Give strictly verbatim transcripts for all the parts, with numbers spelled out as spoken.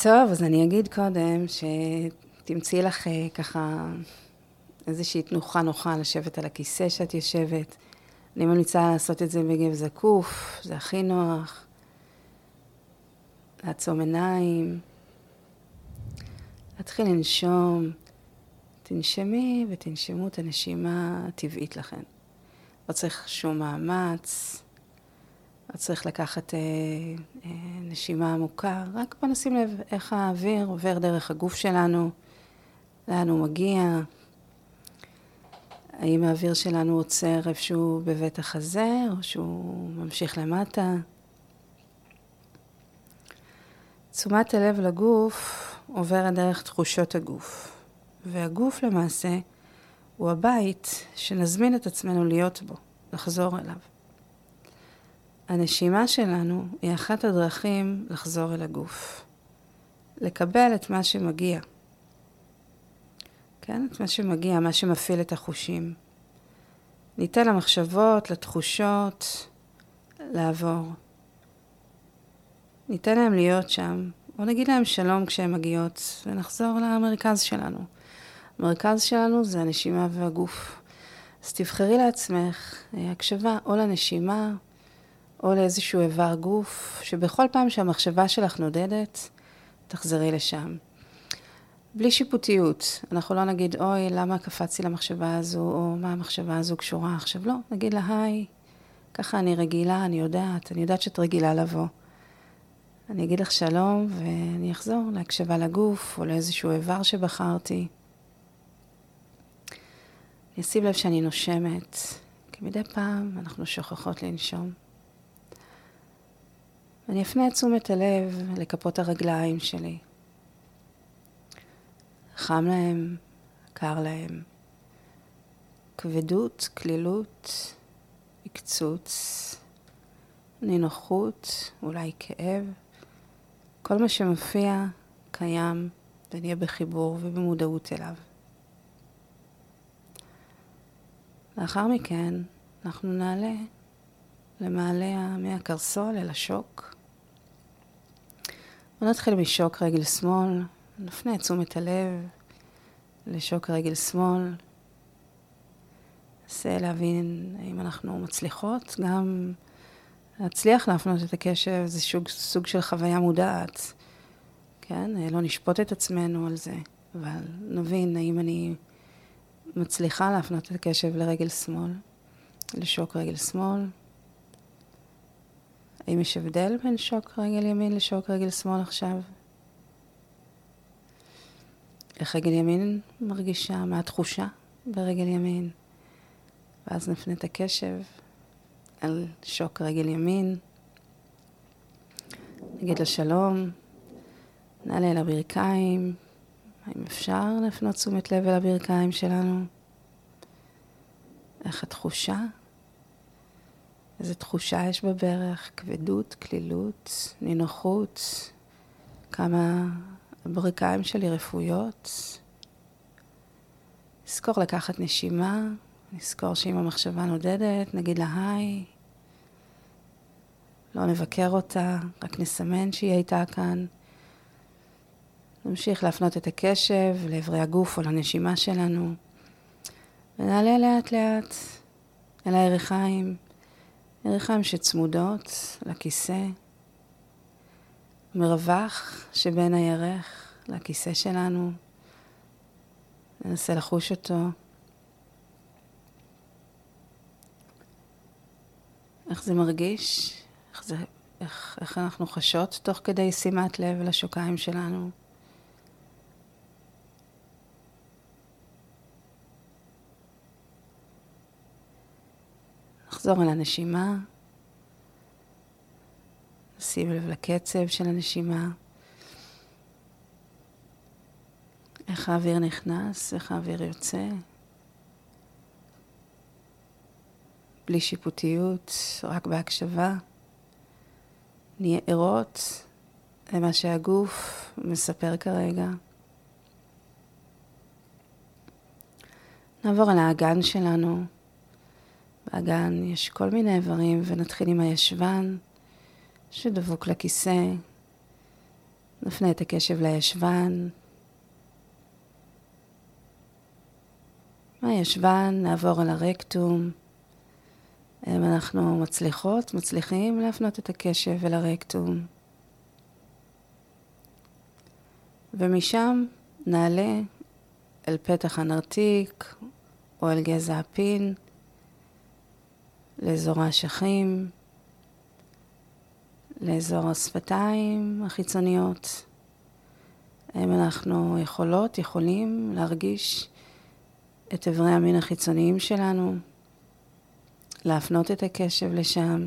טוב, אז אני אגיד קודם שתמצאי לך ככה איזושהי תנוחה נוחה לשבת על הכיסא שאת יושבת. אני ממליצה לעשות את זה בגב זקוף, זה הכי נוח. לעצום עיניים, להתחיל לנשום. תנשמי ותנשמו את הנשימה הטבעית לכן. לא צריך שום מאמץ, לא צריך לקחת אה, אה, נשימה עמוקה, רק בוא נשים לב איך האוויר עובר דרך הגוף שלנו, לאן הוא מגיע, האם האוויר שלנו עוצר איפשהו בבית החזה, או שהוא ממשיך למטה. תשומת הלב לגוף עוברת דרך תחושות הגוף, והגוף למעשה הוא הבית שנזמין את עצמנו להיות בו, לחזור אליו. הנשימה שלנו היא אחת הדרכים לחזור אל הגוף, לקבל את מה שמגיע. כן? את מה שמגיע, מה שמפעיל את החושים. ניתן למחשבות, לתחושות, לעבור. ניתן להם להיות שם, או נגיד להם שלום כשהם מגיעות, ונחזור למרכז שלנו. המרכז שלנו זה הנשימה והגוף. אז תבחרי לעצמך הקשבה או לנשימה, או לאיזשהו איבר גוף, שבכל פעם שהמחשבה שלך נודדת, תחזרי לשם. בלי שיפוטיות. אנחנו לא נגיד, אוי, למה קפצתי למחשבה הזו, או מה המחשבה הזו קשורה עכשיו. לא, נגיד לה, היי, ככה אני רגילה, אני יודעת, אני יודעת שאת רגילה לבוא. אני אגיד לך שלום, ואני אחזור להקשבה לגוף, או לאיזשהו איבר שבחרתי. אני אשים לב שאני נושמת, כי מדי פעם אנחנו שוכחות לנשום. אני אפנה את תשומת הלב לכפות הרגליים שלי. חם להם, קר להם. כבדות, כלילות, עקצוץ, נינוחות, אולי כאב. כל מה שמופיע קיים ונהיה בחיבור ובמודעות אליו. לאחר מכן אנחנו נעלה למעלה מהקרסול אל השוק. ונתחיל משוק רגל שמאל, נפנה את תשומת הלב לשוק רגל שמאל. ננסה להבין האם אנחנו מצליחות, גם להצליח להפנות את הקשב, זה סוג, סוג של חוויה מודעת. כן? לא נשפוט את עצמנו על זה, אבל נבין האם אני מצליחה להפנות את הקשב לרגל שמאל, לשוק רגל שמאל. האם יש הבדל בין שוק רגל ימין לשוק רגל שמאל עכשיו? איך רגל ימין מרגישה? מה התחושה ברגל ימין? ואז נפנה את הקשב על שוק רגל ימין. נגיד לה שלום, נעלה אל הברכיים. האם אפשר להפנות תשומת לב אל הברכיים שלנו? איך התחושה? איזו תחושה יש בברך? כבדות, כלילות, נינוחות, כמה הברכיים שלי רפויות. נזכור לקחת נשימה, נזכור שאם המחשבה נודדת, נגיד לה היי. לא נבקר אותה, רק נסמן שהיא הייתה כאן. נמשיך להפנות את הקשב לעברי הגוף או לנשימה שלנו. ונעלה לאט לאט אל הירכיים, ירכיים שצמודות לכיסא. מרווח שבין הירך לכיסא שלנו. ננסה לחוש אותו. איך זה מרגיש? איך, זה, איך, איך אנחנו חשות תוך כדי שימת לב לשוקיים שלנו? נחזור אל הנשימה. נשים לב לקצב של הנשימה. איך האוויר נכנס, איך האוויר יוצא. בלי שיפוטיות, רק בהקשבה. נהיה ערות למה שהגוף מספר כרגע. נעבור על האגן שלנו. באגן יש כל מיני איברים, ונתחיל עם הישבן שדבוק לכיסא. נפנה את הקשב לישבן. מהישבן נעבור אל הרקטום. אם אנחנו מצליחות, מצליחים להפנות את הקשב אל הרקטום. ומשם נעלה אל פתח הנרתיק או אל גזע הפין, לאזור האשכים, לאזור השפתיים החיצוניות. אם אנחנו יכולות, יכולים להרגיש את איברי המין החיצוניים שלנו, להפנות את הקשב לשם,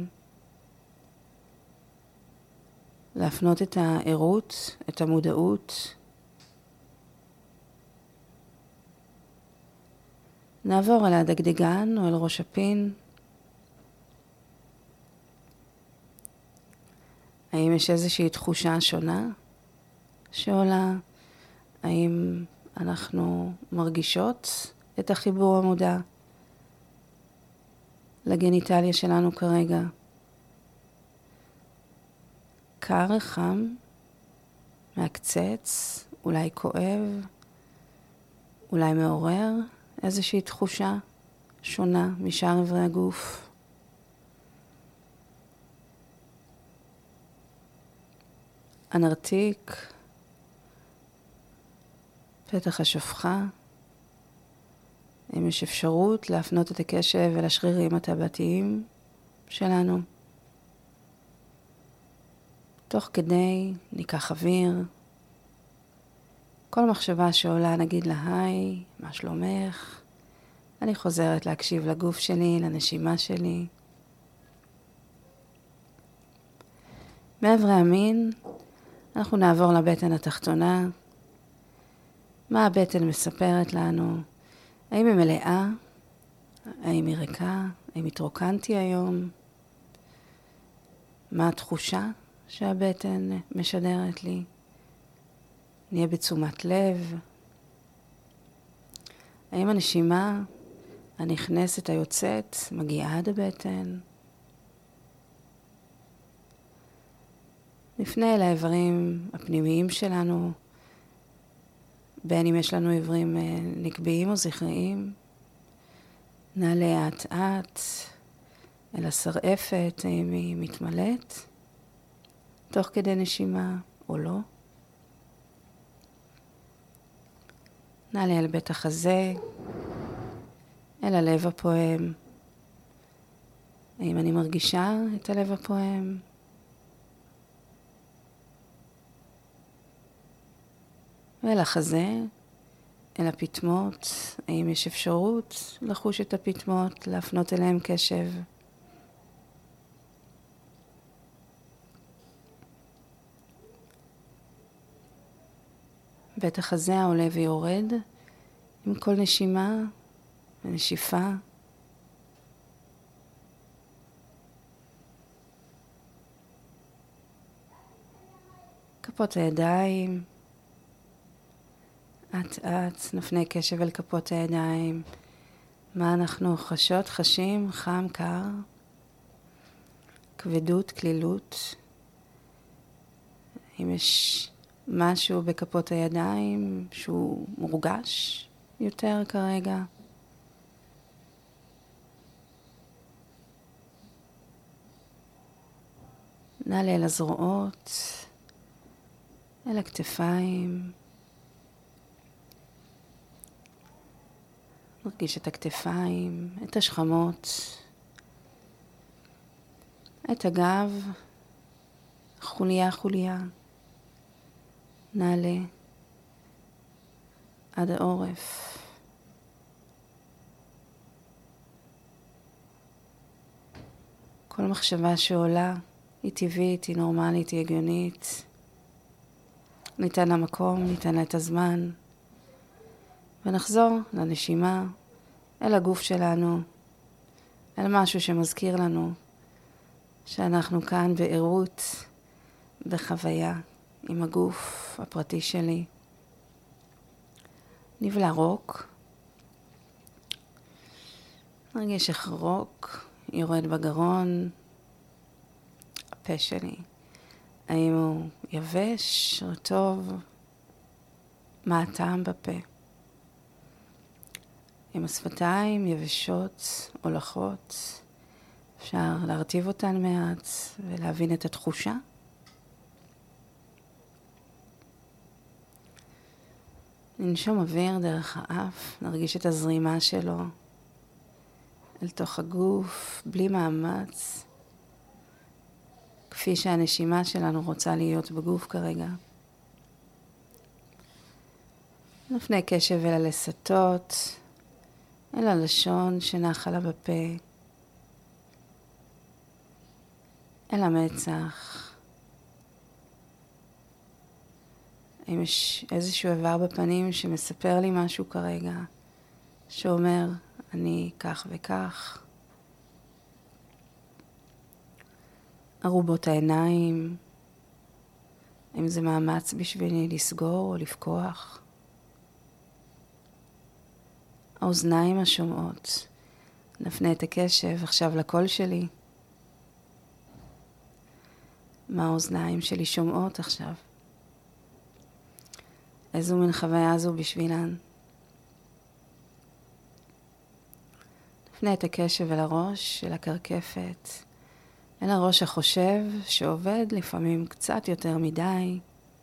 להפנות את הערות, את המודעות. נעבור אל הדגדגן או אל ראש הפין. האם יש איזושהי תחושה שונה שעולה? האם אנחנו מרגישות את החיבור המודע לגניטליה שלנו כרגע? קר, חם, מעקצץ, אולי כואב, אולי מעורר איזושהי תחושה שונה משאר איברי הגוף. הנרתיק, פתח השפחה. אם יש אפשרות להפנות את הקשב אל השרירים הטבעתיים שלנו. תוך כדי ניקח אוויר. כל מחשבה שעולה נגיד לה היי, מה שלומך? אני חוזרת להקשיב לגוף שלי, לנשימה שלי. מאיברי המין אנחנו נעבור לבטן התחתונה. מה הבטן מספרת לנו? האם היא מלאה? האם היא ריקה? האם התרוקנתי היום? מה התחושה שהבטן משדרת לי? נהיה בתשומת לב. האם הנשימה הנכנסת היוצאת מגיעה עד הבטן? נפנה אל האיברים הפנימיים שלנו, בין אם יש לנו איברים נקביים או זכריים. נעלה לאט לאט אל השרעפת, אם היא מתמלאת, תוך כדי נשימה או לא. נעלה אל בית החזה, אל הלב הפועם. האם אני מרגישה את הלב הפועם? ואל החזה, אל הפטמות. האם יש אפשרות לחוש את הפטמות, להפנות אליהם קשב? בית החזה העולה ויורד עם כל נשימה ונשיפה. כפות הידיים. אט אט נפנה קשב אל כפות הידיים. מה אנחנו חשות, חשים, חם, קר, כבדות, כלילות. אם יש משהו בכפות הידיים שהוא מורגש יותר כרגע. נעלה אל הזרועות, אל הכתפיים. נרגיש את הכתפיים, את השכמות, את הגב, חוליה חוליה. נעלה עד העורף. כל מחשבה שעולה היא טבעית, היא נורמלית, היא הגיונית. ניתן לה מקום, ניתן לה את הזמן. ונחזור לנשימה, אל הגוף שלנו, אל משהו שמזכיר לנו שאנחנו כאן בעירות, בחוויה עם הגוף הפרטי שלי. נבלע רוק. נרגיש איך רוק יורד בגרון, הפה שלי האם הוא יבש או טוב? מה הטעם בפה? אם השפתיים יבשות או לחות, אפשר להרטיב אותן מעט ולהבין את התחושה. ננשום אוויר דרך האף, נרגיש את הזרימה שלו אל תוך הגוף, בלי מאמץ, כפי שהנשימה שלנו רוצה להיות בגוף כרגע. נפנה קשב אל הלסתות, אל הלשון שנחה לה בפה, אל המצח. אם יש איזשהו איבר בפנים שמספר לי משהו כרגע, שאומר אני כך וכך. ארובות העיניים, אם זה מאמץ בשבילי לסגור או לפקוח. האוזניים השומעות, נפנה את הקשב עכשיו לקול שלי. מה האוזניים שלי שומעות עכשיו? איזו מין חוויה זו בשבילן? נפנה את הקשב אל הראש, אל הקרקפת, אל הראש החושב שעובד לפעמים קצת יותר מדי.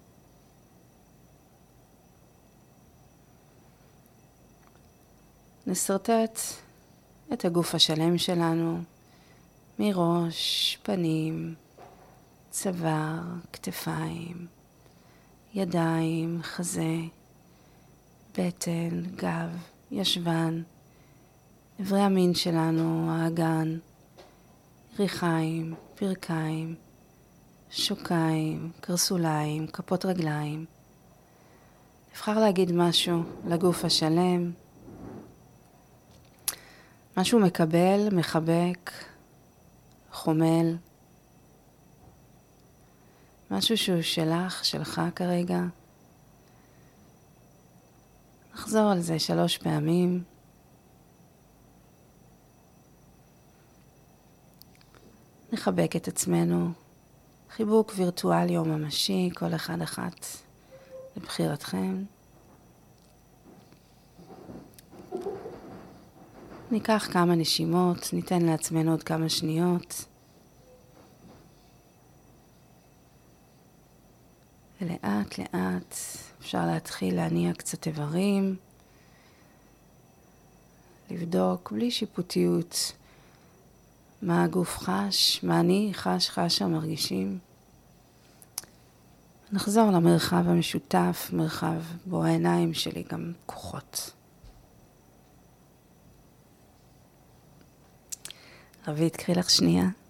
נסרטט את הגוף השלם שלנו, מראש, פנים, צוואר, כתפיים, ידיים, חזה, בטן, גב, ישבן, אברי המין שלנו, האגן, ריחיים, ברכיים, שוקיים, קרסוליים, כפות רגליים. נבחר להגיד משהו לגוף השלם, משהו מקבל, מחבק, חומל, משהו שהוא שלך, שלך כרגע. נחזור על זה שלוש פעמים. נחבק את עצמנו, חיבוק וירטואלי או ממשי, כל אחד אחת לבחירתכם. ניקח כמה נשימות, ניתן לעצמנו עוד כמה שניות. ולאט לאט אפשר להתחיל להניע קצת איברים, לבדוק בלי שיפוטיות מה הגוף חש, מה אני חש, חשה, מרגישים. נחזור למרחב המשותף, מרחב בו העיניים שלי גם פקוחות. רבית, קחי לך שנייה.